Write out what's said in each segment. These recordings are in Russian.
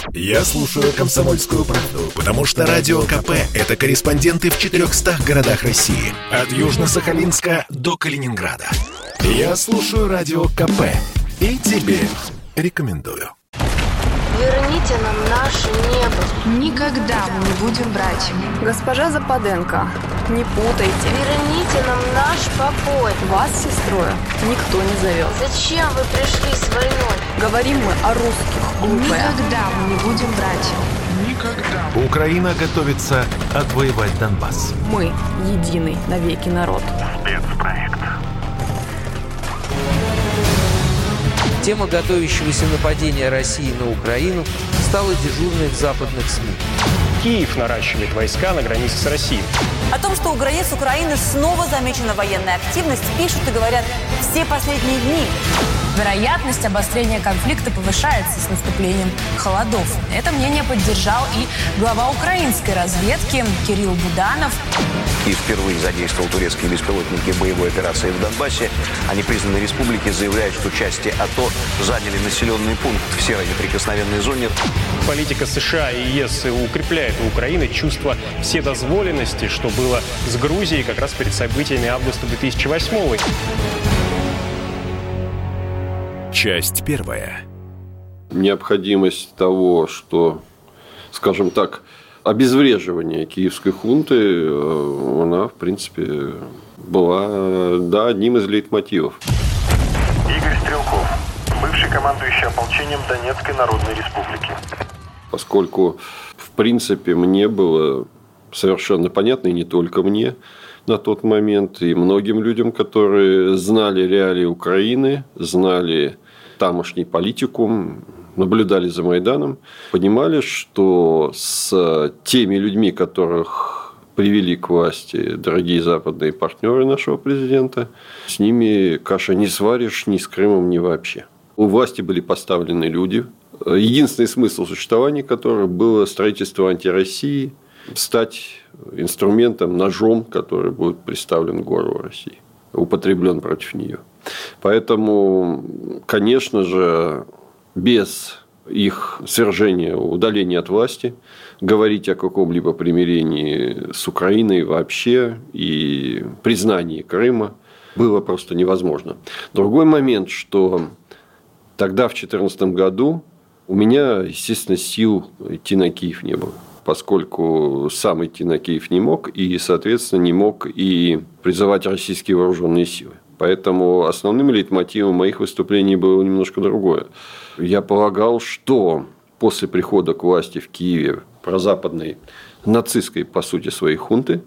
Я слушаю «Комсомольскую правду», потому что Радио КП – это корреспонденты в 400 городах России. От Южно-Сахалинска до Калининграда. Я слушаю Радио КП и тебе рекомендую. Верните нам наше небо. Никогда мы не будем братьями. Госпожа Западенко, не путайте. Верните нам наш покой. Вас, сестрой, никто не зовет. Зачем вы пришли с войной? Говорим мы о русских, глупая. Никогда мы не будем братьями. Никогда. Украина готовится отвоевать Донбасс. Мы единый навеки народ. Спецпроект. Тема готовящегося нападения России на Украину стала дежурной в западных СМИ. Киев наращивает войска на границе с Россией. О том, что у границ Украины снова замечена военная активность, пишут и говорят все последние дни. Вероятность обострения конфликта повышается с наступлением холодов. Это мнение поддержал и глава украинской разведки Кирилл Буданов. Киев впервые задействовал турецкие беспилотники в боевой операции в Донбассе. Они признаны республики, заявляют, что части АТО заняли населенный пункт в серой неприкосновенной зоне. Политика США и ЕС укрепляет у Украины чувство вседозволенности, что было с Грузией как раз перед событиями августа 2008-го. Часть первая. Необходимость того, что, скажем так, обезвреживание киевской хунты, она, в принципе, была, да, одним из лейтмотивов. Игорь Стрелков, бывший командующий ополчением Донецкой Народной Республики. Поскольку, в принципе, мне было совершенно понятно, и не только мне на тот момент, и многим людям, которые знали реалии Украины, знали тамошний политикум, наблюдали за Майданом, понимали, что с теми людьми, которых привели к власти дорогие западные партнеры нашего президента, с ними каша не сваришь ни с Крымом, ни вообще. У власти были поставлены люди, единственный смысл существования которых было строительство антироссии, стать инструментом, ножом, который будет приставлен к горлу России, употреблен против нее. Поэтому, конечно же, без их свержения, удаления от власти, говорить о каком-либо примирении с Украиной вообще и признании Крыма было просто невозможно. Другой момент, что тогда, в 2014 году, у меня, естественно, сил идти на Киев не было, поскольку сам идти на Киев не мог и, соответственно, не мог и призывать российские вооруженные силы. Поэтому основным лейтмотивом моих выступлений было немножко другое. Я полагал, что после прихода к власти в Киеве прозападной нацистской, по сути, своей хунты,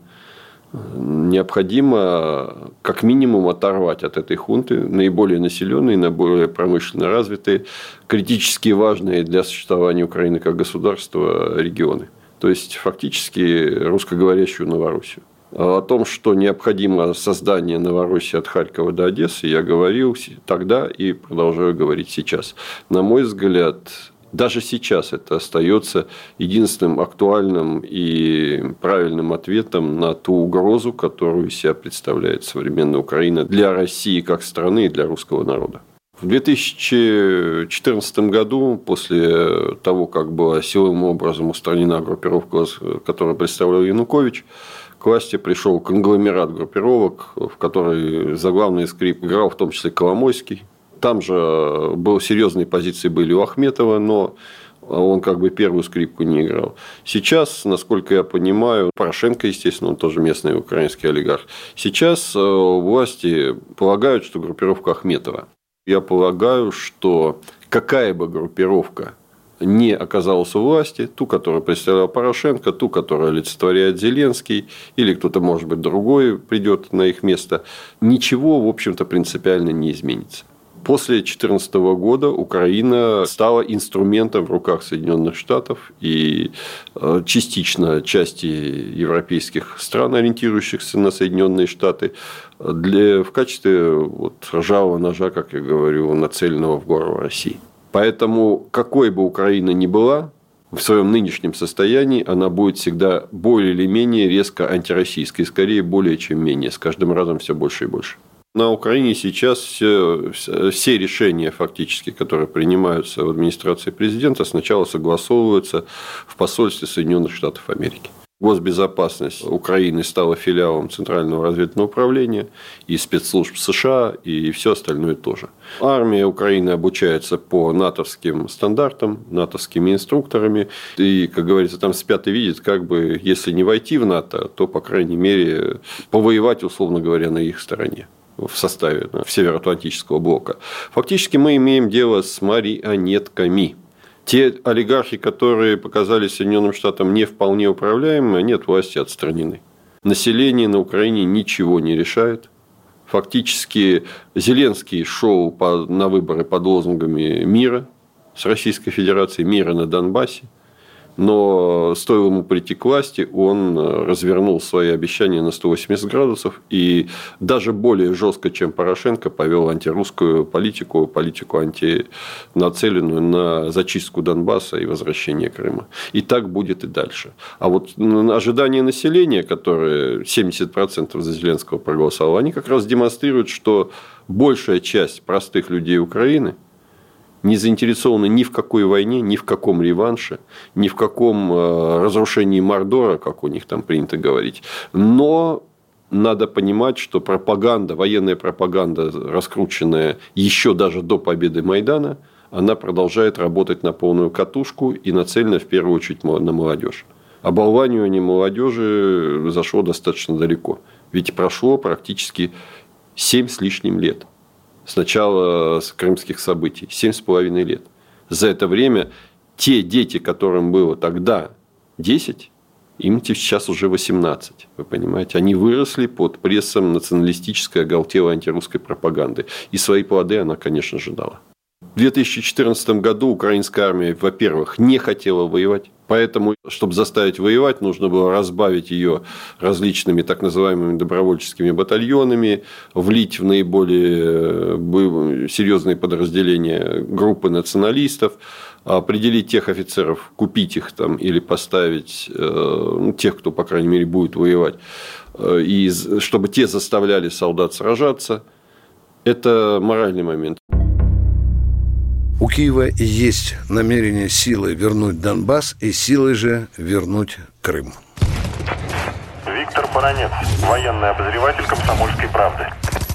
необходимо как минимум оторвать от этой хунты наиболее населенные, наиболее промышленно развитые, критически важные для существования Украины как государства регионы. То есть, фактически, русскоговорящую Новороссию. О том, что необходимо создание Новороссии от Харькова до Одессы, я говорил тогда и продолжаю говорить сейчас. На мой взгляд, даже сейчас это остается единственным актуальным и правильным ответом на ту угрозу, которую себя представляет современная Украина для России как страны и для русского народа. В 2014 году, после того, как была силовым образом устранена группировка, которую представлял Янукович, к власти пришел конгломерат группировок, в которой за главный скрип играл в том числе Коломойский. Там же серьезные позиции были у Ахметова, но он как бы первую скрипку не играл. Сейчас, насколько я понимаю, Порошенко, естественно, он тоже местный украинский олигарх. Сейчас власти полагают, что группировка Ахметова. Я полагаю, что какая бы группировка не оказалась у власти, ту, которую представлял Порошенко, ту, которую олицетворяет Зеленский, или кто-то, может быть, другой придет на их место, ничего, в общем-то, принципиально не изменится. После 2014 года Украина стала инструментом в руках Соединенных Штатов и частично части европейских стран, ориентирующихся на Соединенные Штаты, в качестве ржавого ножа, как я говорю, нацеленного в горло России. Поэтому, какой бы Украина ни была, в своем нынешнем состоянии она будет всегда более или менее резко антироссийской, скорее более чем менее, с каждым разом все больше и больше. На Украине сейчас все решения, фактически, которые принимаются в администрации президента, сначала согласовываются в посольстве Соединенных Штатов Америки. Госбезопасность Украины стала филиалом Центрального разведывательного управления и спецслужб США, и все остальное тоже. Армия Украины обучается по натовским стандартам, натовскими инструкторами. И, как говорится, там спят и видят, как бы, если не войти в НАТО, то, по крайней мере, повоевать, условно говоря, на их стороне в составе Североатлантического блока. Фактически мы имеем дело с марионетками. Те олигархи, которые показались Соединенным Штатам не вполне управляемыми, они от власти отстранены. Население на Украине ничего не решает. Фактически Зеленский шел на выборы под лозунгами мира с Российской Федерацией, мира на Донбассе. Но стоило ему прийти к власти, он развернул свои обещания на 180 градусов и даже более жестко, чем Порошенко, повел антирусскую политику антинацеленную на зачистку Донбасса и возвращение Крыма. И так будет и дальше. А вот ожидания населения, которые 70% за Зеленского проголосовало, они как раз демонстрируют, что большая часть простых людей Украины не заинтересованы ни в какой войне, ни в каком реванше, ни в каком разрушении Мордора, как у них там принято говорить. Но надо понимать, что пропаганда, военная пропаганда, раскрученная еще даже до победы Майдана, она продолжает работать на полную катушку и нацелена в первую очередь на молодежь. Оболванивание молодежи зашло достаточно далеко. Ведь прошло практически 7 с лишним лет. С начала крымских событий, 7,5 лет. За это время те дети, которым было тогда 10, им сейчас уже 18. Вы понимаете? Они выросли под прессом националистической, оголтелой антирусской пропаганды. И свои плоды она, конечно же, дала. В 2014 году украинская армия, во-первых, не хотела воевать. Поэтому, чтобы заставить воевать, нужно было разбавить ее различными так называемыми добровольческими батальонами, влить в наиболее серьезные подразделения группы националистов, определить тех офицеров, купить их там или поставить тех, кто, по крайней мере, будет воевать, и чтобы те заставляли солдат сражаться. Это моральный момент. У Киева есть намерение силой вернуть Донбасс и силой же вернуть Крым. Виктор Баранец, военный обозреватель «Комсомольской правды».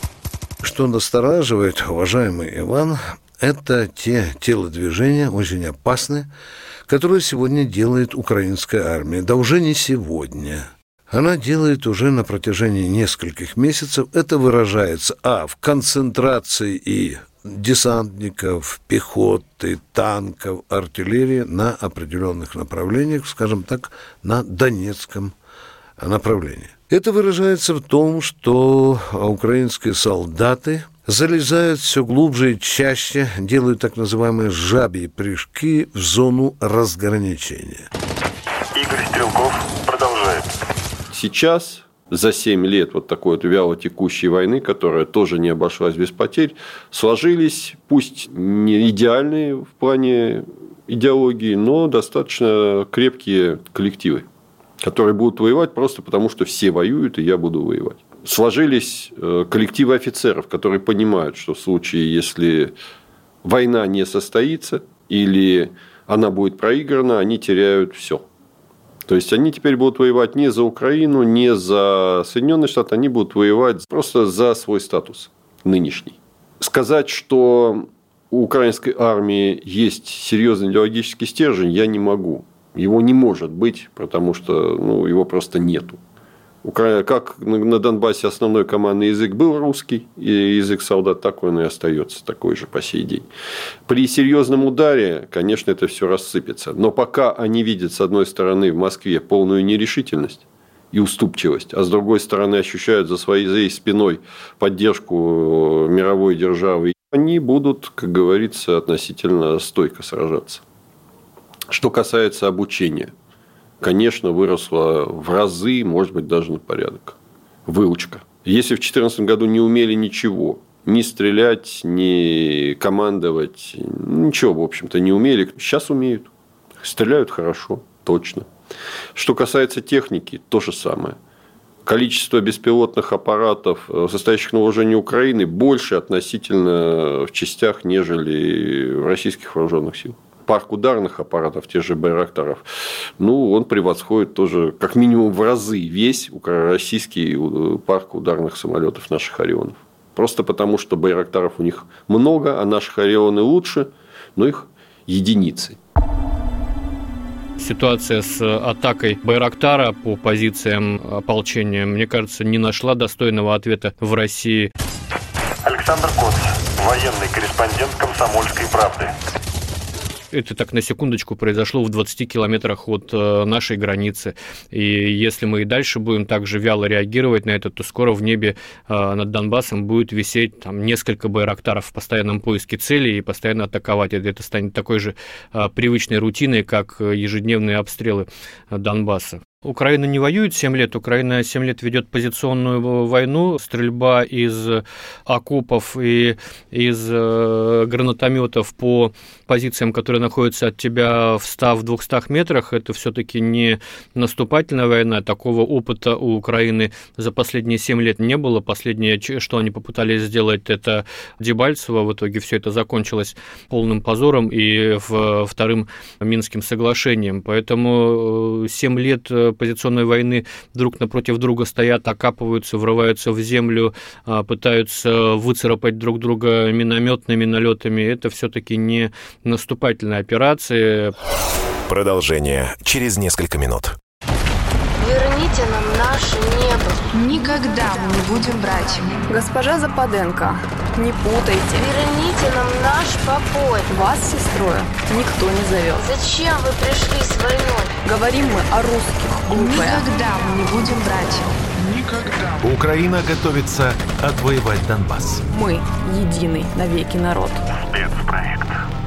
Что настораживает, уважаемый Иван, это те телодвижения, очень опасные, которые сегодня делает украинская армия. Да уже не сегодня. Она делает уже на протяжении нескольких месяцев. Это выражается, в концентрации и десантников, пехоты, танков, артиллерии на определенных направлениях, скажем так, на Донецком направлении. Это выражается в том, что украинские солдаты залезают все глубже и чаще, делают так называемые жабьи прыжки в зону разграничения. Игорь Стрелков продолжает. Сейчас, за 7 лет вот такой вот вялотекущей войны, которая тоже не обошлась без потерь, сложились, пусть не идеальные в плане идеологии, но достаточно крепкие коллективы, которые будут воевать просто потому, что все воюют, и я буду воевать. Сложились коллективы офицеров, которые понимают, что в случае, если война не состоится или она будет проиграна, они теряют все. То есть они теперь будут воевать не за Украину, не за Соединенные Штаты, они будут воевать просто за свой статус нынешний. Сказать, что у украинской армии есть серьезный идеологический стержень, я не могу. Его не может быть, потому что его просто нету. Как на Донбассе основной командный язык был русский, и язык солдат такой он и остается, такой же по сей день. При серьезном ударе, конечно, это все рассыпется. Но пока они видят, с одной стороны, в Москве полную нерешительность и уступчивость, а с другой стороны, ощущают за своей спиной поддержку мировой державы, они будут, как говорится, относительно стойко сражаться. Что касается обучения. Конечно, выросла в разы, может быть, даже на порядок. Выучка. Если в 2014 году не умели ничего, ни стрелять, ни командовать, ничего, в общем-то, не умели, сейчас умеют. Стреляют хорошо, точно. Что касается техники, то же самое. количество беспилотных аппаратов, состоящих на вооружении Украины, больше относительно в частях, нежели в российских вооруженных сил. Парк ударных аппаратов, тех же Байрактаров, он превосходит тоже как минимум в разы весь российский парк ударных самолетов наших Орионов. Просто потому, что Байрактаров у них много, а наших Орионы лучше, но их единицы. Ситуация с атакой Байрактара по позициям ополчения, мне кажется, не нашла достойного ответа в России. Александр Коц, военный корреспондент «Комсомольской правды». Это так на секундочку произошло в 20 километрах от нашей границы. И если мы и дальше будем так же вяло реагировать на это, то скоро в небе над Донбассом будет висеть несколько байрактаров в постоянном поиске цели и постоянно атаковать. Это станет такой же привычной рутиной, как ежедневные обстрелы Донбасса. Украина не воюет 7 лет, Украина 7 лет ведет позиционную войну, стрельба из окопов и из гранатометов по позициям, которые находятся от тебя в 100-200 метрах, это все-таки не наступательная война, такого опыта у Украины за последние 7 лет не было, последнее, что они попытались сделать, это Дебальцево, в итоге все это закончилось полным позором и вторым Минским соглашением, поэтому 7 лет позиционной войны друг напротив друга стоят, окапываются, врываются в землю, пытаются выцарапать друг друга минометными налетами. Это все-таки не наступательная операция. Продолжение через несколько минут. Верните нам наше небо. Никогда мы не будем братьями. Госпожа Западенко, не путайте. Верните нам наш покой. Вас с сестрой никто не зовет. Зачем вы пришли с войной? Говорим мы о русских, глупые. Никогда мы не будем братьями. Никогда. Украина готовится отвоевать Донбасс. Мы единый навеки народ. Спецпроект.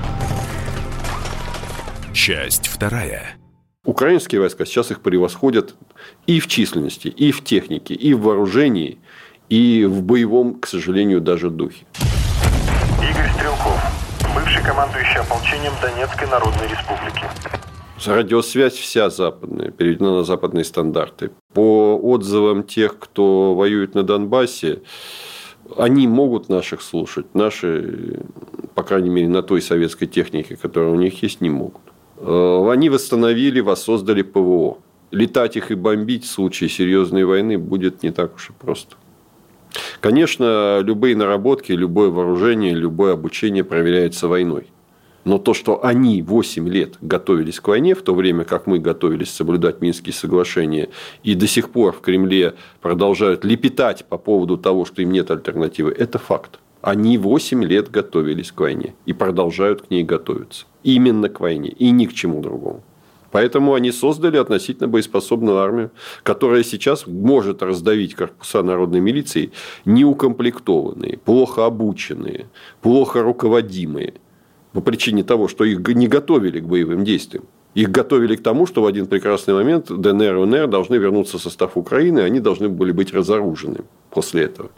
Часть 2. Украинские войска сейчас их превосходят и в численности, и в технике, и в вооружении, и в боевом, к сожалению, даже духе. Игорь Стрелков, бывший командующий ополчением Донецкой Народной Республики. Радиосвязь вся западная, переведена на западные стандарты. По отзывам тех, кто воюет на Донбассе, они могут наших слушать, наши, по крайней мере, на той советской технике, которая у них есть, не могут. Они восстановили, воссоздали ПВО. Летать их и бомбить в случае серьезной войны будет не так уж и просто. Конечно, любые наработки, любое вооружение, любое обучение проверяется войной. Но то, что они 8 лет готовились к войне, в то время как мы готовились соблюдать Минские соглашения, и до сих пор в Кремле продолжают лепетать по поводу того, что им нет альтернативы, это факт. Они 8 лет готовились к войне и продолжают к ней готовиться. Именно к войне и ни к чему другому. Поэтому они создали относительно боеспособную армию, которая сейчас может раздавить корпуса народной милиции неукомплектованные, плохо обученные, плохо руководимые. По причине того, что их не готовили к боевым действиям. Их готовили к тому, что в один прекрасный момент ДНР и ЛНР должны вернуться в состав Украины, и они должны были быть разоружены после этого.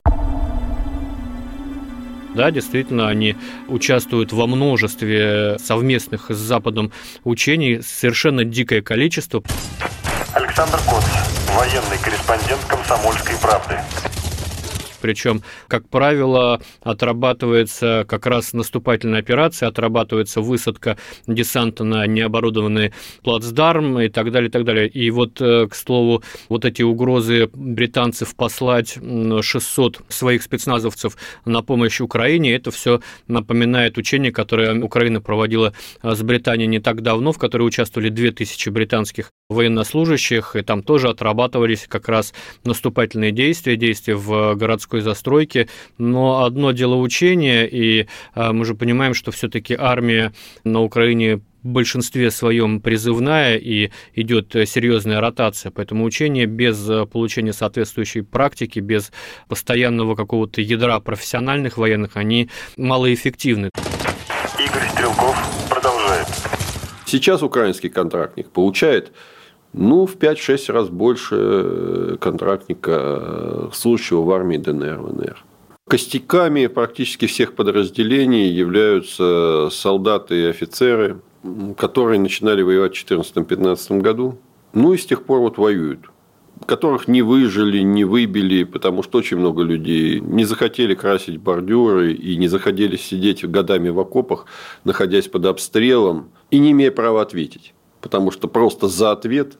Да, действительно, они участвуют во множестве совместных с Западом учений, совершенно дикое количество. Александр Коц, военный корреспондент «Комсомольской правды». Причем, как правило, отрабатывается как раз наступательная операция, отрабатывается высадка десанта на необорудованный плацдарм и так далее, и так далее. И вот, к слову, вот эти угрозы британцев послать 600 своих спецназовцев на помощь Украине, это все напоминает учение, которое Украина проводила с Британией не так давно, в котором участвовали 2000 британских военнослужащих, и там тоже отрабатывались как раз наступательные действия в городской застройки, но одно дело учения, и мы же понимаем, что все-таки армия на Украине в большинстве своем призывная и идет серьезная ротация, поэтому учения без получения соответствующей практики, без постоянного какого-то ядра профессиональных военных, они малоэффективны. Игорь Стрелков продолжает. Сейчас украинский контрактник получает в 5-6 раз больше контрактника, служащего в армии ДНР, ЛНР. Костяками практически всех подразделений являются солдаты и офицеры, которые начинали воевать в 2014-2015 году, и с тех пор воюют. которых не выжили, не выбили, потому что очень много людей не захотели красить бордюры и не захотели сидеть годами в окопах, находясь под обстрелом и не имея права ответить. Потому что просто за ответ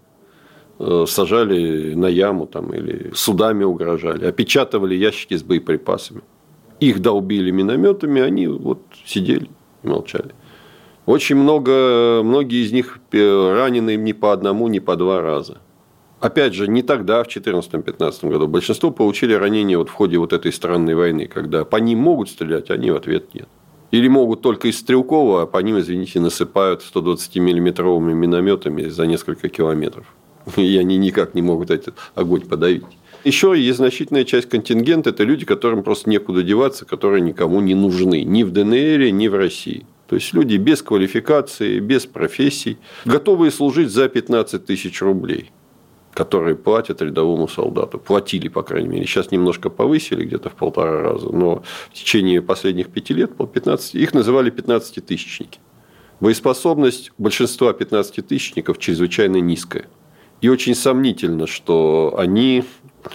сажали на яму там, или судами угрожали, опечатывали ящики с боеприпасами. Их долбили минометами, они вот сидели и молчали. Очень многие из них ранены не по одному, не по два раза. Опять же, не тогда, в 2014-2015 году. Большинство получили ранения вот в ходе вот этой странной войны, когда по ним могут стрелять, а они в ответ нет. Или могут только из стрелкового, а по ним, извините, насыпают 120-миллиметровыми минометами за несколько километров. И они никак не могут этот огонь подавить. Еще есть значительная часть контингента – это люди, которым просто некуда деваться, которые никому не нужны. Ни в ДНР, ни в России. То есть, люди без квалификации, без профессий, готовые служить за 15 тысяч рублей, которые платят рядовому солдату. Платили, по крайней мере. Сейчас немножко повысили, где-то в 1,5 раза. Но в течение последних 5 лет их называли 15-тысячники. Боеспособность большинства 15-тысячников чрезвычайно низкая. И очень сомнительно, что они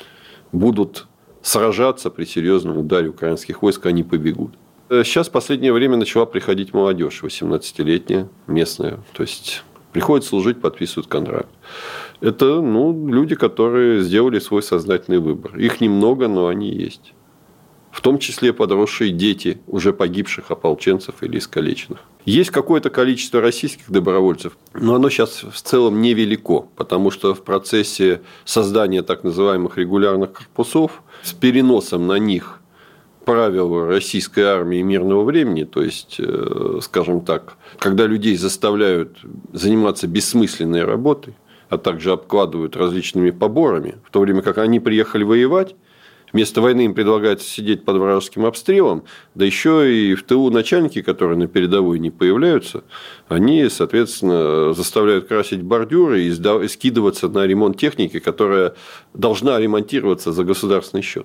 будут сражаться при серьезном ударе украинских войск, они побегут. Сейчас в последнее время начала приходить молодежь, 18-летняя, местная. То есть, приходят служить, подписывают контракт. Это люди, которые сделали свой сознательный выбор. Их немного, но они есть. В том числе подросшие дети уже погибших ополченцев или искалеченных. Есть какое-то количество российских добровольцев, но оно сейчас в целом невелико, потому что в процессе создания так называемых регулярных корпусов с переносом на них правил российской армии мирного времени, то есть, скажем так, когда людей заставляют заниматься бессмысленной работой, а также обкладывают различными поборами, в то время как они приехали воевать, вместо войны им предлагается сидеть под вражеским обстрелом, да еще и в тылу начальники, которые на передовой не появляются, они, соответственно, заставляют красить бордюры и скидываться на ремонт техники, которая должна ремонтироваться за государственный счет.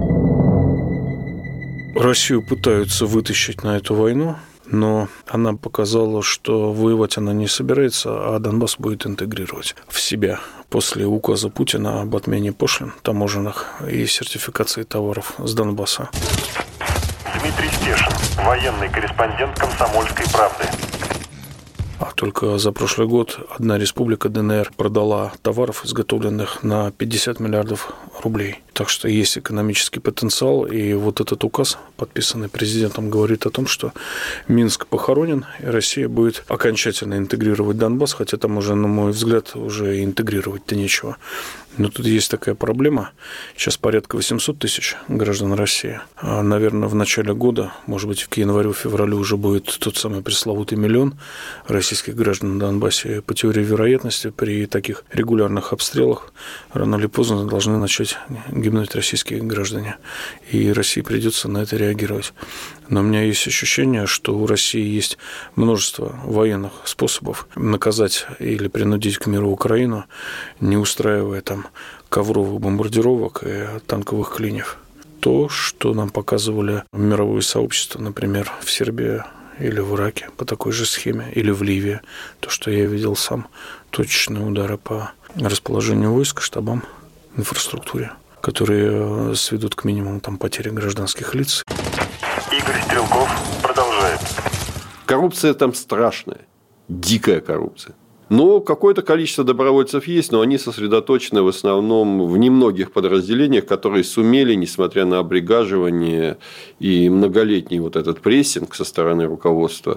Россию пытаются вытащить на эту войну, но она показала, что воевать она не собирается, а Донбасс будет интегрировать в себя после указа Путина об отмене пошлин таможенных и сертификации товаров с Донбасса. Дмитрий Стешин, военный корреспондент «Комсомольской правды». А только за прошлый год одна республика ДНР продала товаров, изготовленных на 50 миллиардов рублей. Так что есть экономический потенциал. И вот этот указ, подписанный президентом, говорит о том, что Минск похоронен, и Россия будет окончательно интегрировать Донбасс, хотя там уже, на мой взгляд, уже интегрировать-то нечего. Но тут есть такая проблема. Сейчас порядка 800 тысяч граждан России. А, наверное, в начале года, может быть, к январю-февралю уже будет тот самый пресловутый 1 миллион российских граждан на Донбассе. По теории вероятности, при таких регулярных обстрелах рано или поздно должны начать гибнуть российские граждане. И России придется на это реагировать. Но у меня есть ощущение, что у России есть множество военных способов наказать или принудить к миру Украину, не устраивая там ковровых бомбардировок и танковых клиньев. То, что нам показывали мировое сообщество, например, в Сербии или в Ираке по такой же схеме, или в Ливии, то, что я видел сам, точечные удары по расположению войск, штабам, инфраструктуре, которые сведут к минимуму там потери гражданских лиц. Игорь Стрелков продолжает. Коррупция там страшная, дикая коррупция. Но какое-то количество добровольцев есть, но они сосредоточены в основном в немногих подразделениях, которые сумели, несмотря на обрегаживание и многолетний вот этот прессинг со стороны руководства,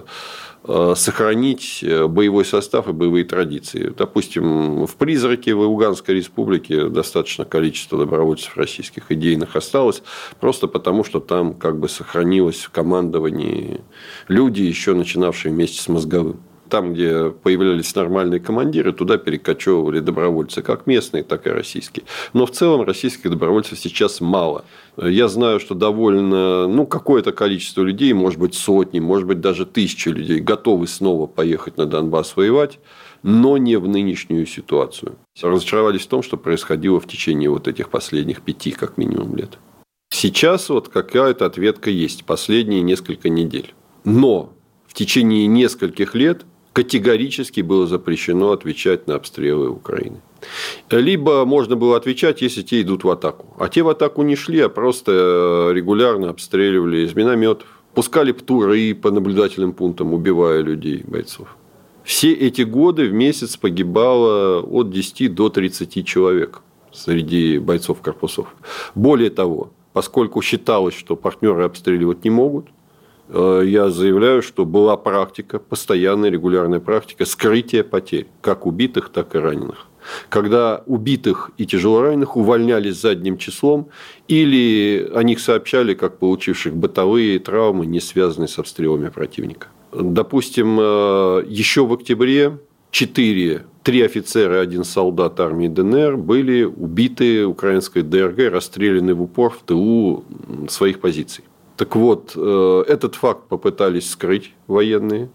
сохранить боевой состав и боевые традиции. Допустим, в «Призраке» в Луганской республике достаточно количество добровольцев российских идейных осталось, просто потому, что там как бы сохранилось в командовании люди, еще начинавшие вместе с Мозговым. Там, где появлялись нормальные командиры, туда перекочевывали добровольцы, как местные, так и российские. Но в целом российских добровольцев сейчас мало. Я знаю, что довольно какое-то количество людей, может быть, сотни, может быть, даже 1000 людей готовы снова поехать на Донбасс воевать, но не в нынешнюю ситуацию. Разочаровались в том, что происходило в течение вот этих последних 5, как минимум, лет. Сейчас вот какая-то ответка есть последние несколько недель. Но в течение нескольких лет категорически было запрещено отвечать на обстрелы Украины. Либо можно было отвечать, если те идут в атаку. А те в атаку не шли, а просто регулярно обстреливали из минометов. Пускали птуры по наблюдательным пунктам, убивая людей, бойцов. Все эти годы в месяц погибало от 10 до 30 человек среди бойцов корпусов. Более того, поскольку считалось, что партнеры обстреливать не могут, я заявляю, что была практика, постоянная регулярная практика скрытия потерь, как убитых, так и раненых. Когда убитых и тяжелораненых увольнялись задним числом, или о них сообщали, как получивших бытовые травмы, не связанные с обстрелами противника. Допустим, еще в октябре 3 офицера и 1 солдат армии ДНР были убиты украинской ДРГ, расстреляны в упор в тылу своих позиций. Так вот, этот факт попытались скрыть военные.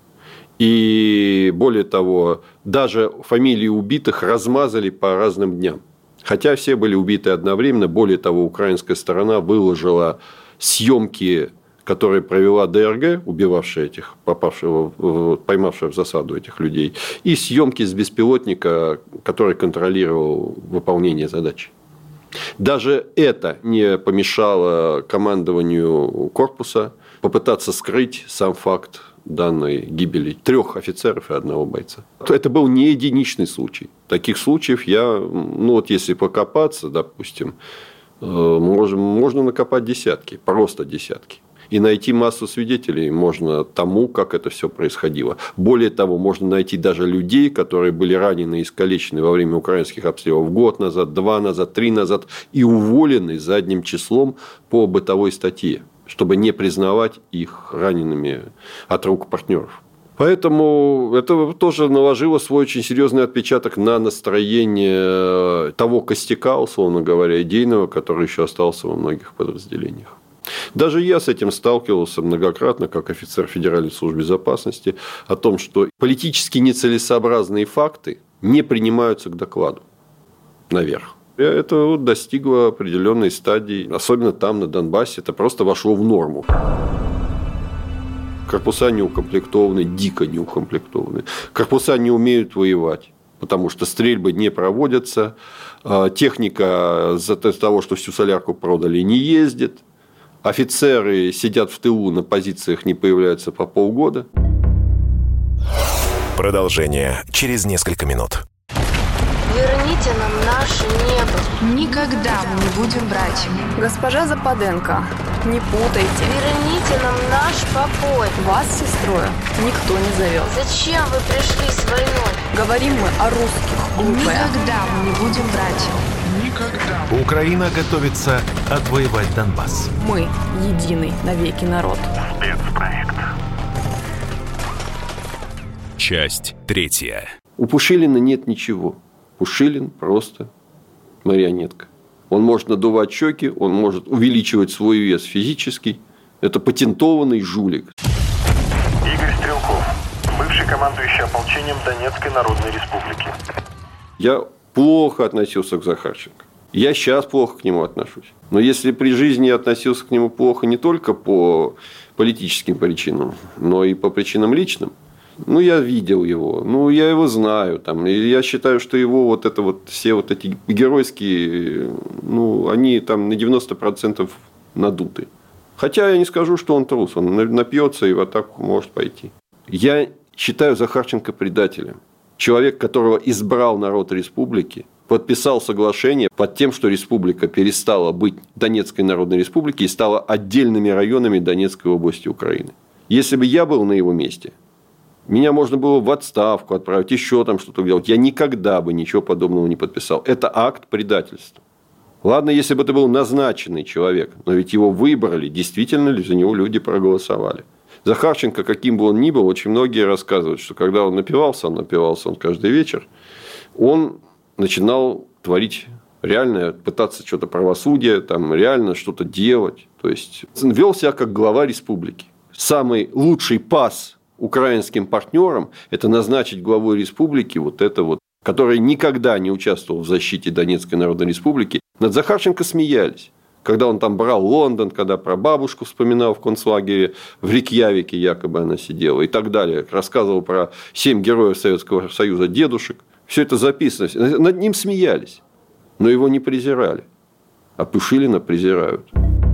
И более того, даже фамилии убитых размазали по разным дням. Хотя все были убиты одновременно. Более того, украинская сторона выложила съемки, которые провела ДРГ, убивавшая этих, поймавшая в засаду этих людей, и съемки с беспилотника, который контролировал выполнение задачи. Даже это не помешало командованию корпуса попытаться скрыть сам факт данной гибели 3 офицеров и 1 бойца. Это был не единичный случай. Таких случаев если покопаться, допустим, можно накопать десятки, просто десятки. И найти массу свидетелей можно тому, как это все происходило. Более того, можно найти даже людей, которые были ранены и искалечены во время украинских обстрелов год назад, 2 назад, 3 назад, и уволены задним числом по бытовой статье, чтобы не признавать их ранеными от рук партнеров. Поэтому это тоже наложило свой очень серьезный отпечаток на настроение того костяка, условно говоря, идейного, который еще остался во многих подразделениях. Даже я с этим сталкивался многократно, как офицер Федеральной службы безопасности, о том, что политически нецелесообразные факты не принимаются к докладу наверх. Это достигло определенной стадии, особенно там, на Донбассе, это просто вошло в норму. Корпуса не укомплектованы, дико не укомплектованы. Корпуса не умеют воевать, потому что стрельбы не проводятся, техника из-за того, что всю солярку продали, не ездит. Офицеры сидят в тылу, на позициях не появляются по полгода. Продолжение через несколько минут. Верните нам наше небо. Никогда мы не будем братьями. Госпожа Западенко, не путайте. Верните нам наш покой. Вас с сестрой никто не зовет. Зачем вы пришли с войной? Говорим мы о русских, глупые. Никогда мы не будем братьями. Никогда. Украина готовится отвоевать Донбасс. Мы единый навеки народ. Спецпроект. Часть 3. У Пушилина нет ничего. Пушилин просто марионетка. Он может надувать щеки, он может увеличивать свой вес физически. Это патентованный жулик. Игорь Стрелков, бывший командующий ополчением Донецкой Народной Республики. Я плохо относился к Захарченко. Я сейчас плохо к нему отношусь. Но если при жизни я относился к нему плохо не только по политическим причинам, но и по причинам личным, я видел его, я его знаю, и я считаю, что его все эти геройские, они там на 90% надуты. Хотя я не скажу, что он трус, он напьется и в атаку может пойти. Я считаю Захарченко предателем. Человек, которого избрал народ республики, подписал соглашение под тем, что республика перестала быть Донецкой Народной Республикой и стала отдельными районами Донецкой области Украины. Если бы я был на его месте, меня можно было в отставку отправить, еще там что-то делать. Я никогда бы ничего подобного не подписал. Это акт предательства. Ладно, если бы это был назначенный человек, но ведь его выбрали, действительно ли за него люди проголосовали. Захарченко, каким бы он ни был, очень многие рассказывают, что когда он напивался он каждый вечер, он начинал творить реально, пытаться что-то правосудие, реально что-то делать. То есть, вел себя как глава республики. Самый лучший пас украинским партнерам – это назначить главой республики который никогда не участвовал в защите Донецкой Народной Республики. Над Захарченко смеялись. Когда он там брал Лондон, когда про бабушку вспоминал в концлагере, в Рейкьявике якобы она сидела и так далее. Рассказывал про 7 героев Советского Союза дедушек. Все это записано. Над ним смеялись, но его не презирали. А Пушилина презирают.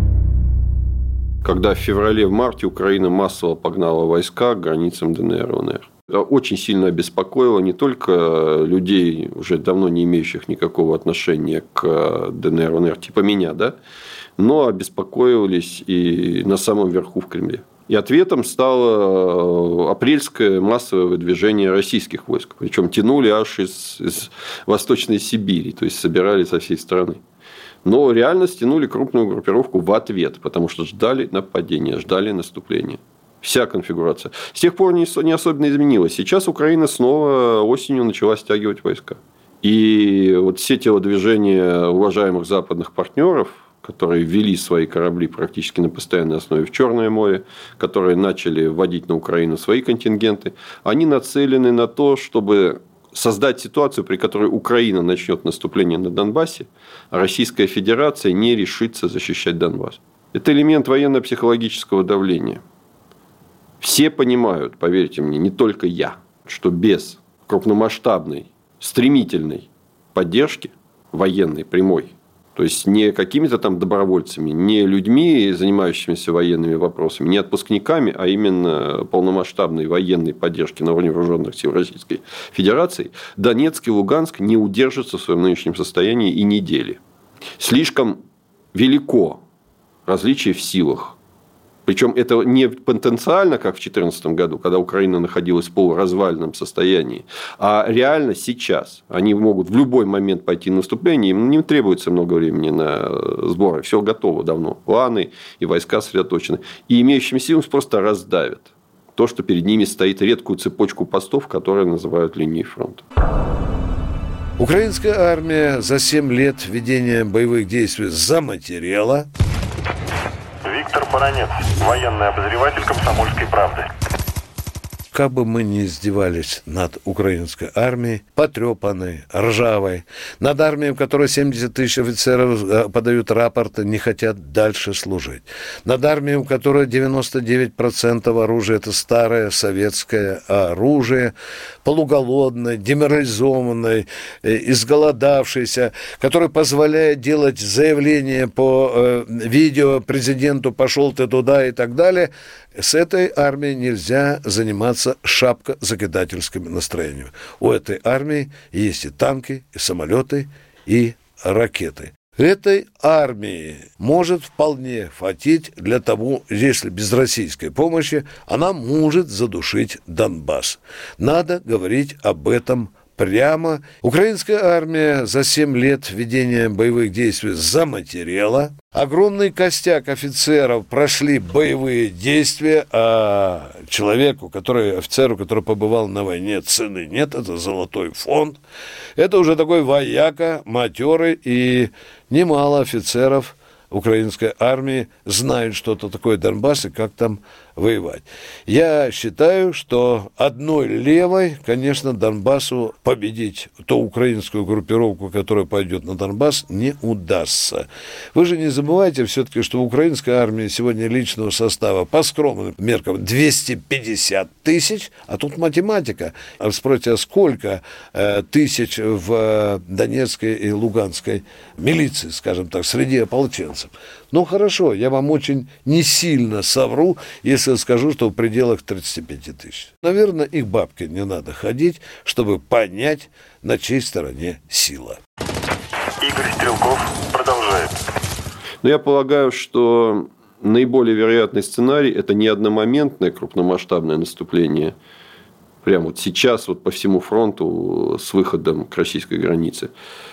Когда в феврале-марте Украина массово погнала войска к границам ДНР и ЛНР. Это очень сильно обеспокоило не только людей, уже давно не имеющих никакого отношения к ДНР, ЛНР, типа меня, да, но обеспокоились и на самом верху в Кремле. И ответом стало апрельское массовое выдвижение российских войск. Причем тянули аж из Восточной Сибири, то есть собирали со всей страны. Но реально стянули крупную группировку в ответ, потому что ждали нападения, ждали наступления. Вся конфигурация. С тех пор не особенно изменилась. Сейчас Украина снова осенью начала стягивать войска. И вот все телодвижения уважаемых западных партнеров, которые ввели свои корабли практически на постоянной основе в Черное море, которые начали вводить на Украину свои контингенты, они нацелены на то, чтобы создать ситуацию, при которой Украина начнет наступление на Донбассе, а Российская Федерация не решится защищать Донбасс. Это элемент военно-психологического давления. Все понимают, поверьте мне, не только я, что без крупномасштабной, стремительной поддержки военной, прямой, то есть не какими-то там добровольцами, не людьми, занимающимися военными вопросами, не отпускниками, а именно полномасштабной военной поддержки на уровне вооруженных сил Российской Федерации, Донецк и Луганск не удержатся в своем нынешнем состоянии и недели. Слишком велико различие в силах. Причем это не потенциально, как в 2014 году, когда Украина находилась в полуразвальном состоянии, а реально сейчас. Они могут в любой момент пойти на наступление, им не требуется много времени на сборы. Все готово давно. Планы и войска сосредоточены. И имеющим силам просто раздавят то, что перед ними стоит редкую цепочку постов, которые называют линией фронта. Украинская армия за 7 лет ведения боевых действий заматерела. Виктор Баранец, военный обозреватель «Комсомольской правды». Как бы мы ни издевались над украинской армией, потрепанной, ржавой, над армией, в которой 70 тысяч офицеров подают рапорты, не хотят дальше служить, над армией, у которой 99% оружия – это старое советское оружие, полуголодное, деморализованное, изголодавшееся, которое позволяет делать заявления по видео президенту «пошел ты туда» и так далее, с этой армией нельзя заниматься шапкозакидательскими настроениями. У этой армии есть и танки, и самолеты, и ракеты. Этой армии может вполне хватить для того, если без российской помощи, она может задушить Донбасс. Надо говорить об этом прямо. Украинская армия за 7 лет ведения боевых действий заматерела. Огромный костяк офицеров прошли боевые действия, а офицеру, который побывал на войне, цены нет, это золотой фонд. Это уже такой вояка, матерый, и немало офицеров украинской армии знают, что это такое Донбасс и как там воевать. Я считаю, что одной левой, конечно, Донбассу победить ту украинскую группировку, которая пойдет на Донбасс, не удастся. Вы же не забывайте все-таки, что в украинской армии сегодня личного состава по скромным меркам 250 тысяч, а тут математика. А спросите, а сколько тысяч в Донецкой и Луганской милиции, скажем так, среди ополченцев? Ну, хорошо, я вам очень не сильно совру, если скажу, что в пределах 35 тысяч. Наверное, их бабки не надо ходить, чтобы понять, на чьей стороне сила. Игорь Стрелков продолжает. Но я полагаю, что наиболее вероятный сценарий – это не одномоментное крупномасштабное наступление, прямо вот сейчас вот по всему фронту с выходом к российской границе,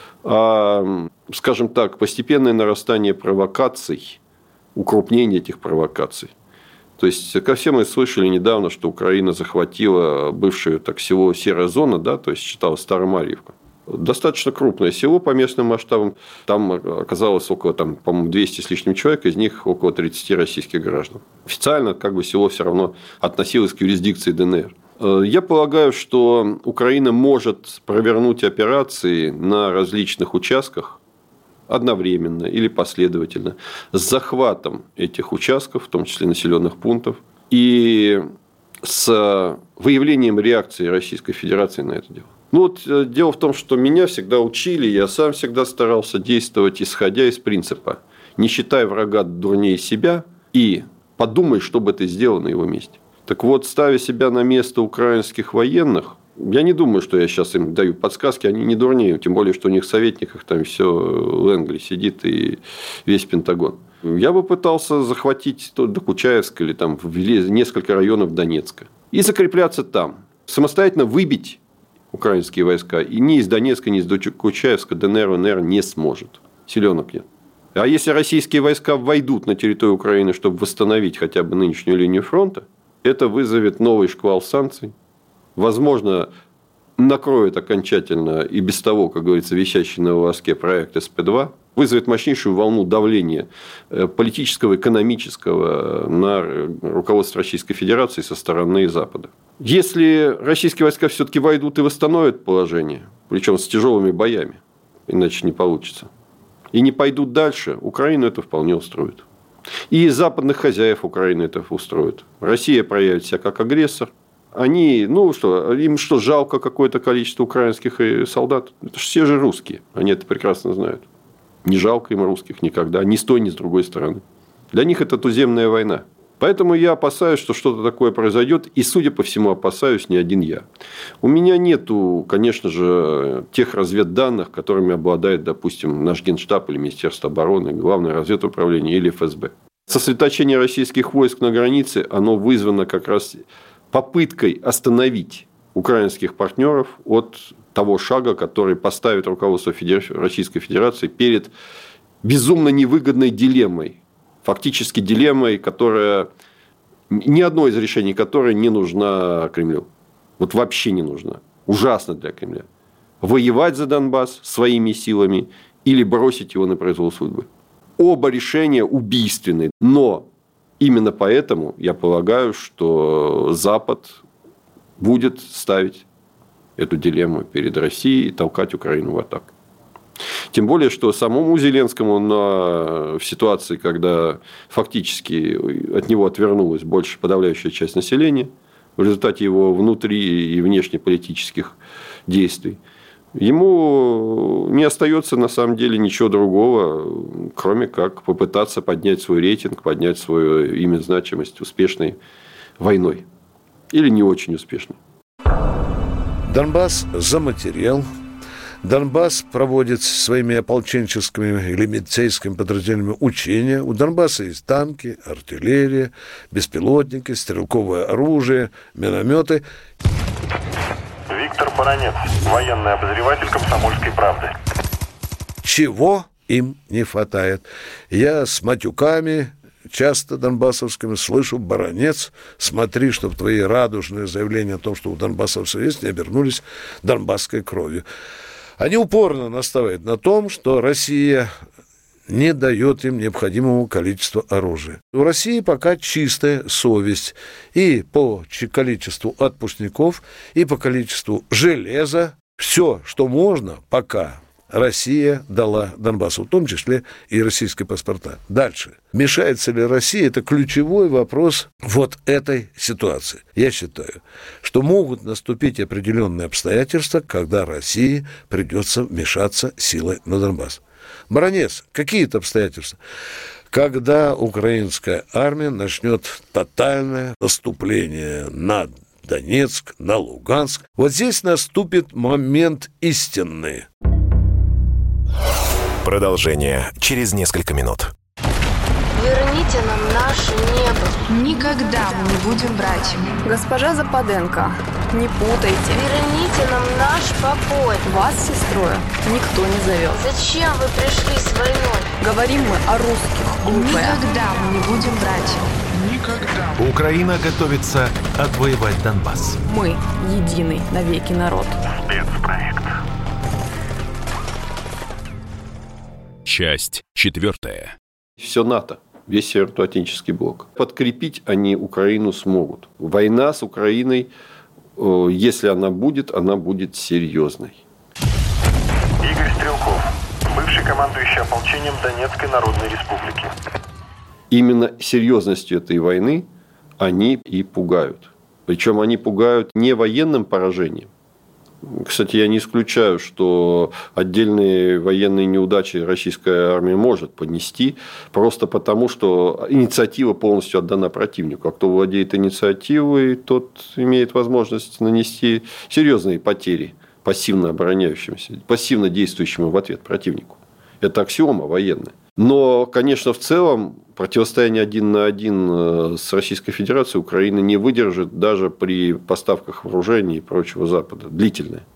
а, скажем так, постепенное нарастание провокаций, укрупнение этих провокаций. То есть, как все мы слышали недавно, что Украина захватила бывшее село Серая зона, да, то есть считалось Старомарьевка. Достаточно крупное село по местным масштабам. Там оказалось около, по-моему, 200 с лишним человек, из них около 30 российских граждан. Официально село все равно относилось к юрисдикции ДНР. Я полагаю, что Украина может провернуть операции на различных участках одновременно или последовательно с захватом этих участков, в том числе населенных пунктов, и с выявлением реакции Российской Федерации на это дело. Дело в том, что меня всегда учили, я сам всегда старался действовать, исходя из принципа: не считай врага дурнее себя и подумай, что бы ты сделал на его месте. Так вот, ставя себя на место украинских военных, я не думаю, что я сейчас им даю подсказки, они не дурнее, тем более, что у них в советниках там все Лэнгли сидит и весь Пентагон. Я бы пытался захватить Докучаевск или там несколько районов Донецка и закрепляться там, самостоятельно выбить украинские войска, и ни из Донецка, ни из Докучаевска ДНР, ЛНР не сможет. Силенок нет. А если российские войска войдут на территорию Украины, чтобы восстановить хотя бы нынешнюю линию фронта, это вызовет новый шквал санкций. Возможно, накроет окончательно и без того, как говорится, висящий на волоске проект СП-2, вызовет мощнейшую волну давления политического, экономического на руководство Российской Федерации со стороны Запада. Если российские войска все-таки войдут и восстановят положение, причем с тяжелыми боями, иначе не получится, и не пойдут дальше, Украину это вполне устроит. И западных хозяев Украины это устроит. Россия проявит себя как агрессор. Они, им что, жалко какое-то количество украинских солдат? Это же все же русские. Они это прекрасно знают. Не жалко им русских никогда. Ни с той, ни с другой стороны. Для них это туземная война. Поэтому я опасаюсь, что что-то такое произойдет. И, судя по всему, опасаюсь не один я. У меня нету, конечно же, тех разведданных, которыми обладает, допустим, наш Генштаб или Министерство обороны, Главное разведуправление или ФСБ. Сосредоточение российских войск на границе, оно вызвано как раз попыткой остановить украинских партнеров от того шага, который поставит руководство Российской Федерации перед безумно невыгодной дилеммой. Фактически дилеммой, которая ни одно из решений которой не нужна Кремлю. Вот вообще не нужна. Ужасно для Кремля. Воевать за Донбасс своими силами или бросить его на произвол судьбы. Оба решения убийственны. Но именно поэтому я полагаю, что Запад будет ставить эту дилемму перед Россией и толкать Украину в атаку. Тем более, что самому Зеленскому в ситуации, когда фактически от него отвернулась больше подавляющая часть населения, в результате его внутри- и внешнеполитических действий, ему не остается на самом деле ничего другого, кроме как попытаться поднять свой рейтинг, поднять свое имя, значимость успешной войной. Или не очень успешной. Донбасс заматерел. Донбасс проводит своими ополченческими или милицейскими подразделениями учения. У Донбасса есть танки, артиллерия, беспилотники, стрелковое оружие, минометы. Виктор Баранец, военный обозреватель «Комсомольской правды». Чего им не хватает? Я с матюками часто донбассовскими слышу: Баранец, смотри, чтобы твои радужные заявления о том, что у донбассовцев есть, не обернулись донбасской кровью. Они упорно настаивают на том, что Россия не дает им необходимого количества оружия. У России пока чистая совесть и по количеству отпускников, и по количеству железа. Все, что можно, пока Россия дала Донбассу, в том числе и российские паспорта. Дальше. Мешается ли Россия? Это ключевой вопрос вот этой ситуации. Я считаю, что могут наступить определенные обстоятельства, когда России придется вмешаться силой на Донбасс. Баранец, какие-то обстоятельства? Когда украинская армия начнет тотальное наступление на Донецк, на Луганск, вот здесь наступит момент истинный. Продолжение через несколько минут. Верните нам наше небо. Никогда мы не будем братьями. Госпожа Западенко, не путайте. Верните нам наш покой. Вас с сестрой никто не зовет. Зачем вы пришли с войной? Говорим мы о русских, глупые. Никогда мы не будем братьями. Никогда. Украина готовится отвоевать Донбасс. Мы единый навеки народ. Спецпроект. Часть 4. Все НАТО, весь Североатлантический блок. Подкрепить они Украину смогут. Война с Украиной, если она будет серьезной. Игорь Стрелков, бывший командующий ополчением Донецкой Народной Республики. Именно серьезностью этой войны они и пугают. Причем они пугают не военным поражением. Кстати, я не исключаю, что отдельные военные неудачи российская армия может понести, просто потому, что инициатива полностью отдана противнику. А кто владеет инициативой, тот имеет возможность нанести серьезные потери пассивно обороняющимся, пассивно действующему в ответ противнику. Это аксиома военная. Но, конечно, в целом противостояние 1 на 1 с Российской Федерацией Украина не выдержит даже при поставках вооружений и прочего Запада. Длительное.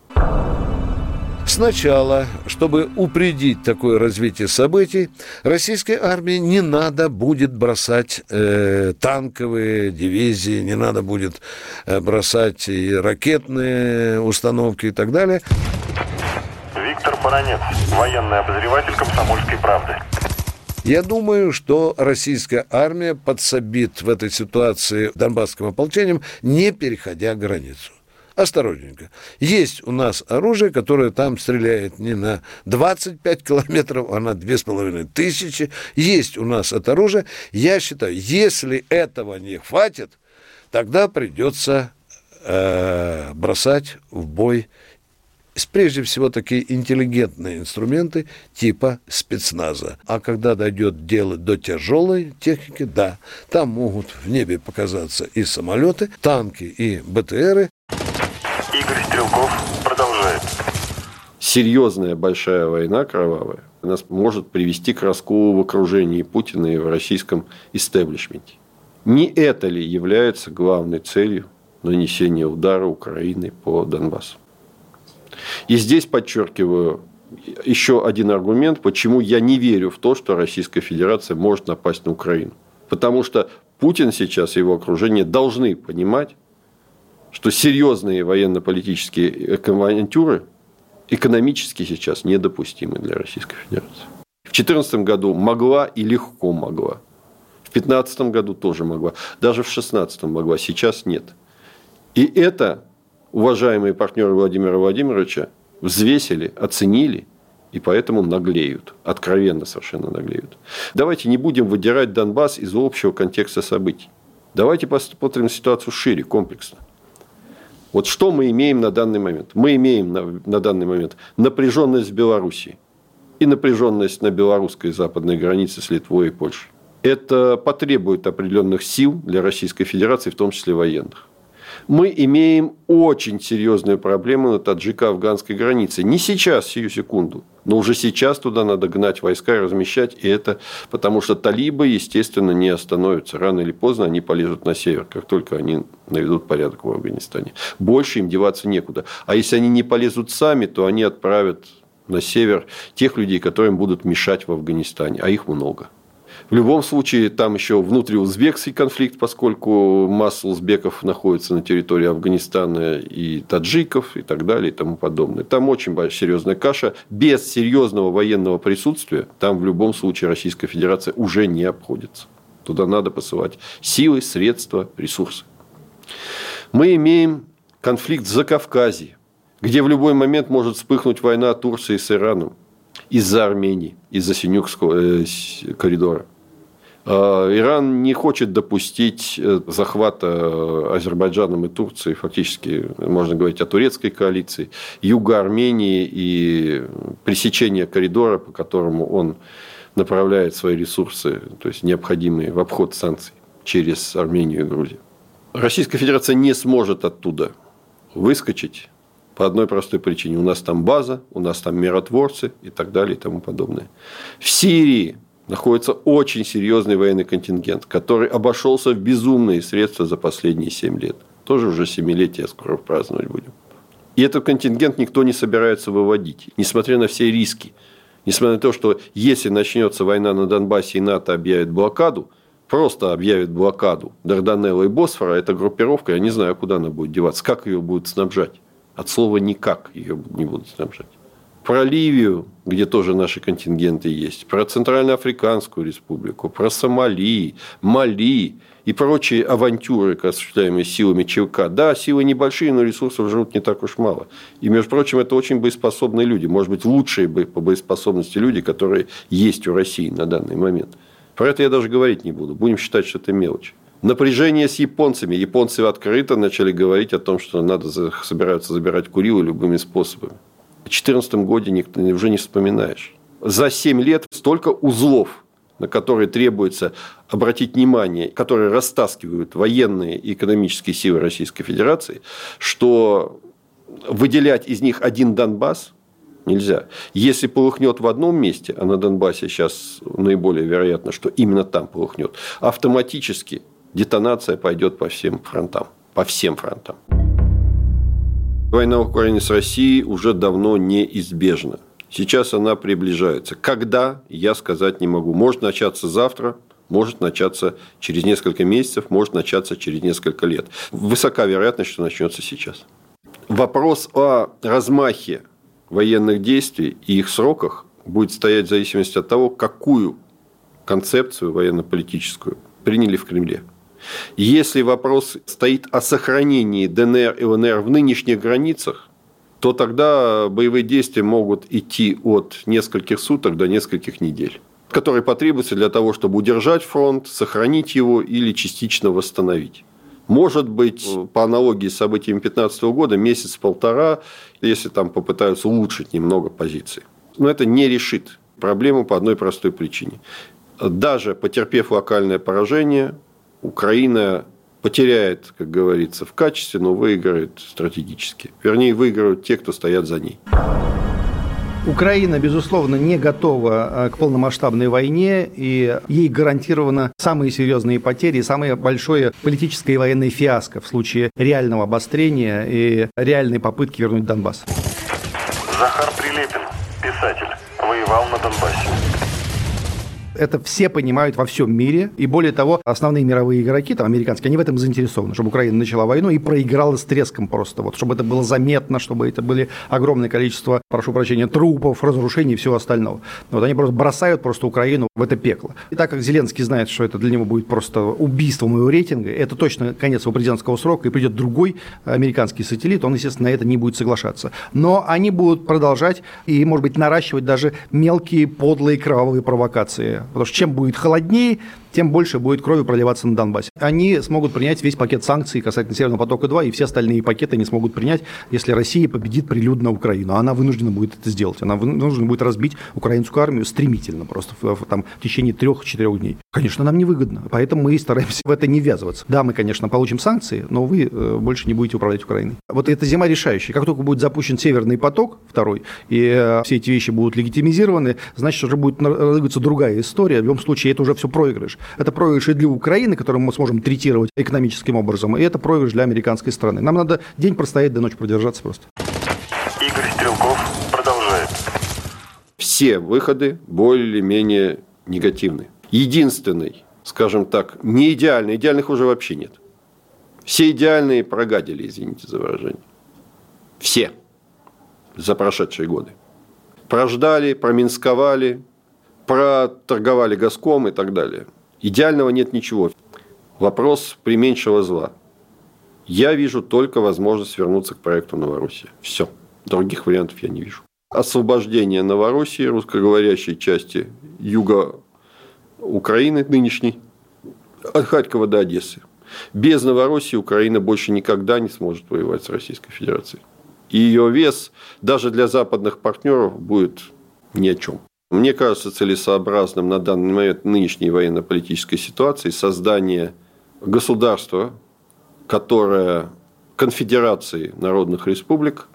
Сначала, чтобы упредить такое развитие событий, российской армии не надо будет бросать танковые дивизии, не надо будет бросать и ракетные установки и так далее. Виктор Баранец, военный обозреватель «Комсомольской правды». Я думаю, что российская армия подсобит в этой ситуации донбасским ополчением, не переходя границу. Осторожненько. Есть у нас оружие, которое там стреляет не на 25 километров, а на 2500. Есть у нас это оружие. Я считаю, если этого не хватит, тогда придется бросать в бой прежде всего такие интеллигентные инструменты типа спецназа. А когда дойдет дело до тяжелой техники, да, там могут в небе показаться и самолеты, танки, и БТРы. Игорь Стрелков продолжает. Серьезная большая война кровавая нас может привести к расколу в окружении Путина и в российском истеблишменте. Не это ли является главной целью нанесения удара Украины по Донбассу? И здесь подчеркиваю еще один аргумент, почему я не верю в то, что Российская Федерация может напасть на Украину. Потому что Путин сейчас и его окружение должны понимать, что серьезные военно-политические авантюры экономически сейчас недопустимы для Российской Федерации. В 2014 году могла и легко могла. В 2015 году тоже могла. Даже в 2016 могла. Сейчас нет. И это уважаемые партнеры Владимира Владимировича взвесили, оценили и поэтому наглеют. Откровенно совершенно наглеют. Давайте не будем выдирать Донбасс из общего контекста событий. Давайте посмотрим ситуацию шире, комплексно. Вот что мы имеем на данный момент? Мы имеем на данный момент напряженность в Белоруссии и напряженность на белорусской западной границе с Литвой и Польшей. Это потребует определенных сил для Российской Федерации, в том числе военных. Мы имеем очень серьезную проблему на таджико-афганской границе. Не сейчас, сию секунду, но уже сейчас туда надо гнать войска и размещать. И это потому, что талибы, естественно, не остановятся. Рано или поздно они полезут на север, как только они наведут порядок в Афганистане. Больше им деваться некуда. А если они не полезут сами, то они отправят на север тех людей, которым будут мешать в Афганистане. А их много. В любом случае, там еще внутриузбекский конфликт, поскольку масса узбеков находится на территории Афганистана и таджиков и так далее и тому подобное. Там очень серьезная каша. Без серьезного военного присутствия там в любом случае Российская Федерация уже не обходится. Туда надо посылать силы, средства, ресурсы. Мы имеем конфликт в Закавказье, где в любой момент может вспыхнуть война Турции с Ираном. Из-за Армении, из-за Синюкского коридора. Иран не хочет допустить захвата Азербайджаном и Турцией, фактически, можно говорить о турецкой коалиции, юга Армении и пресечения коридора, по которому он направляет свои ресурсы, то есть необходимые в обход санкций через Армению и Грузию. Российская Федерация не сможет оттуда выскочить. По одной простой причине. У нас там база, у нас там миротворцы и так далее и тому подобное. В Сирии находится очень серьезный военный контингент, который обошелся в безумные средства за последние 7 лет. Тоже уже 7-летие скоро праздновать будем. И этот контингент никто не собирается выводить, несмотря на все риски. Несмотря на то, что если начнется война на Донбассе и НАТО объявит блокаду, просто объявит блокаду Дарданелла и Босфора, эта группировка, я не знаю, куда она будет деваться, как ее будут снабжать. От слова «никак» ее не будут снабжать. про Ливию, где тоже наши контингенты есть, про Центральноафриканскую республику, про Сомали, Мали и прочие авантюры, осуществляемые силами ЧВК. Да, силы небольшие, но ресурсов жрут не так уж мало. И, между прочим, это очень боеспособные люди. Может быть, лучшие по боеспособности люди, которые есть у России на данный момент. Про это я даже говорить не буду. Будем считать, что это мелочь. Напряжение с японцами. Японцы открыто начали говорить о том, что собираются забирать Курилы любыми способами. В 2014 году уже не вспоминаешь. За 7 лет столько узлов, на которые требуется обратить внимание, которые растаскивают военные и экономические силы Российской Федерации, что выделять из них один Донбасс нельзя. Если полыхнет в одном месте, а на Донбассе сейчас наиболее вероятно, что именно там полыхнет, автоматически детонация пойдет по всем фронтам. По всем фронтам. Война в Украине с Россией уже давно неизбежна. Сейчас она приближается. Когда, я сказать не могу. Может начаться завтра, может начаться через несколько месяцев, может начаться через несколько лет. Высока вероятность, что начнется сейчас. Вопрос о размахе военных действий и их сроках будет стоять в зависимости от того, какую концепцию военно-политическую приняли в Кремле. Если вопрос стоит о сохранении ДНР и ЛНР в нынешних границах, то тогда боевые действия могут идти от нескольких суток до нескольких недель, которые потребуются для того, чтобы удержать фронт, сохранить его или частично восстановить. Может быть, по аналогии с событиями 2015 года, месяц-полтора, если там попытаются улучшить немного позиции. Но это не решит проблему по одной простой причине. Даже потерпев локальное поражение, Украина потеряет, как говорится, в качестве, но выиграет стратегически. Вернее, выиграют те, кто стоят за ней. Украина, безусловно, не готова к полномасштабной войне, и ей гарантировано самые серьезные потери, самое большое политическое и военное фиаско в случае реального обострения и реальной попытки вернуть Донбасс. Захар Прилепин, писатель, воевал на Донбассе. Это все понимают во всем мире. И более того, основные мировые игроки, там, американские, они в этом заинтересованы, чтобы Украина начала войну и проиграла с треском просто. Вот, чтобы это было заметно, чтобы это были огромное количество, прошу прощения, трупов, разрушений и всего остального. Вот они просто бросают Украину в это пекло. И так как Зеленский знает, что это для него будет просто убийством его рейтинга, это точно конец его президентского срока, и придет другой американский сателлит, он, естественно, на это не будет соглашаться. Но они будут продолжать и, может быть, наращивать даже мелкие, подлые, кровавые провокации. Потому что чем будет холоднее, тем больше будет крови проливаться на Донбассе. Они смогут принять весь пакет санкций касательно Северного потока-2, и все остальные пакеты они смогут принять, если Россия победит прилюдно Украину. Она вынуждена будет это сделать. Она вынуждена будет разбить украинскую армию стремительно, просто в течение 3-4 дней. Конечно, нам невыгодно, поэтому мы стараемся в это не ввязываться. Да, мы, конечно, получим санкции, но вы больше не будете управлять Украиной. Вот эта зима решающая. Как только будет запущен Северный поток, второй, и все эти вещи будут легитимизированы, значит, уже будет разыгрываться другая история. В любом случае, это уже все проигрыш. Это проигрыш и для Украины, которую мы сможем третировать экономическим образом, и это проигрыш для американской страны. Нам надо день простоять, до ночи продержаться просто. Игорь Стрелков продолжает. Все выходы более или менее негативны. Единственный, скажем так, не идеальный, идеальных уже вообще нет. Все идеальные прогадили, извините за выражение. Все за прошедшие годы. Прождали, проминсковали, проторговали газком и так далее. Идеального нет ничего. Вопрос применьшего зла. Я вижу только возможность вернуться к проекту Новороссия. Все. Других вариантов я не вижу. Освобождение Новороссии, русскоговорящей части юга Украины нынешней, от Харькова до Одессы. Без Новороссии Украина больше никогда не сможет воевать с Российской Федерацией. И ее вес даже для западных партнеров будет ни о чем. Мне кажется целесообразным на данный момент нынешней военно-политической ситуации создание государства, которое конфедерации народных республик,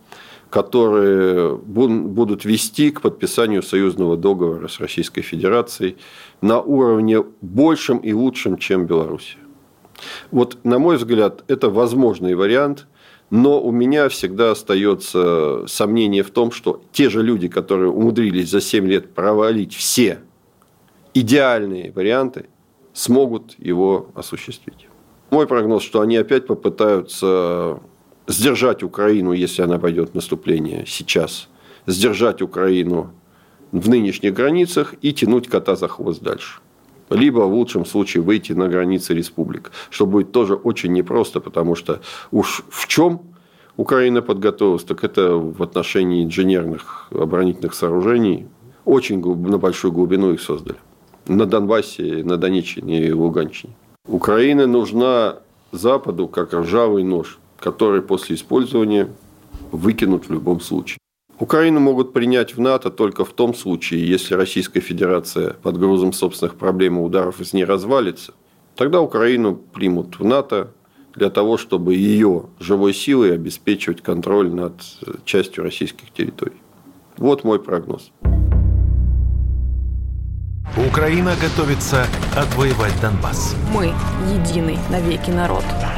которые будут вести к подписанию союзного договора с Российской Федерацией на уровне большем и лучшем, чем Белоруссия. Вот, на мой взгляд, это возможный вариант. Но у меня всегда остается сомнение в том, что те же люди, которые умудрились за 7 лет провалить все идеальные варианты, смогут его осуществить. Мой прогноз, что они опять попытаются сдержать Украину, если она пойдет в наступление сейчас, сдержать Украину в нынешних границах и тянуть кота за хвост дальше. Либо в лучшем случае выйти на границы республик, что будет тоже очень непросто, потому что уж в чем Украина подготовилась, так это в отношении инженерных оборонительных сооружений. Очень на большую глубину их создали. На Донбассе, на Донеччине и Луганщине. Украина нужна Западу как ржавый нож, который после использования выкинут в любом случае. Украину могут принять в НАТО только в том случае, если Российская Федерация под грузом собственных проблем и ударов из нее развалится. Тогда Украину примут в НАТО для того, чтобы ее живой силой обеспечивать контроль над частью российских территорий. Вот мой прогноз. Украина готовится отвоевать Донбасс. Мы единый навеки народ.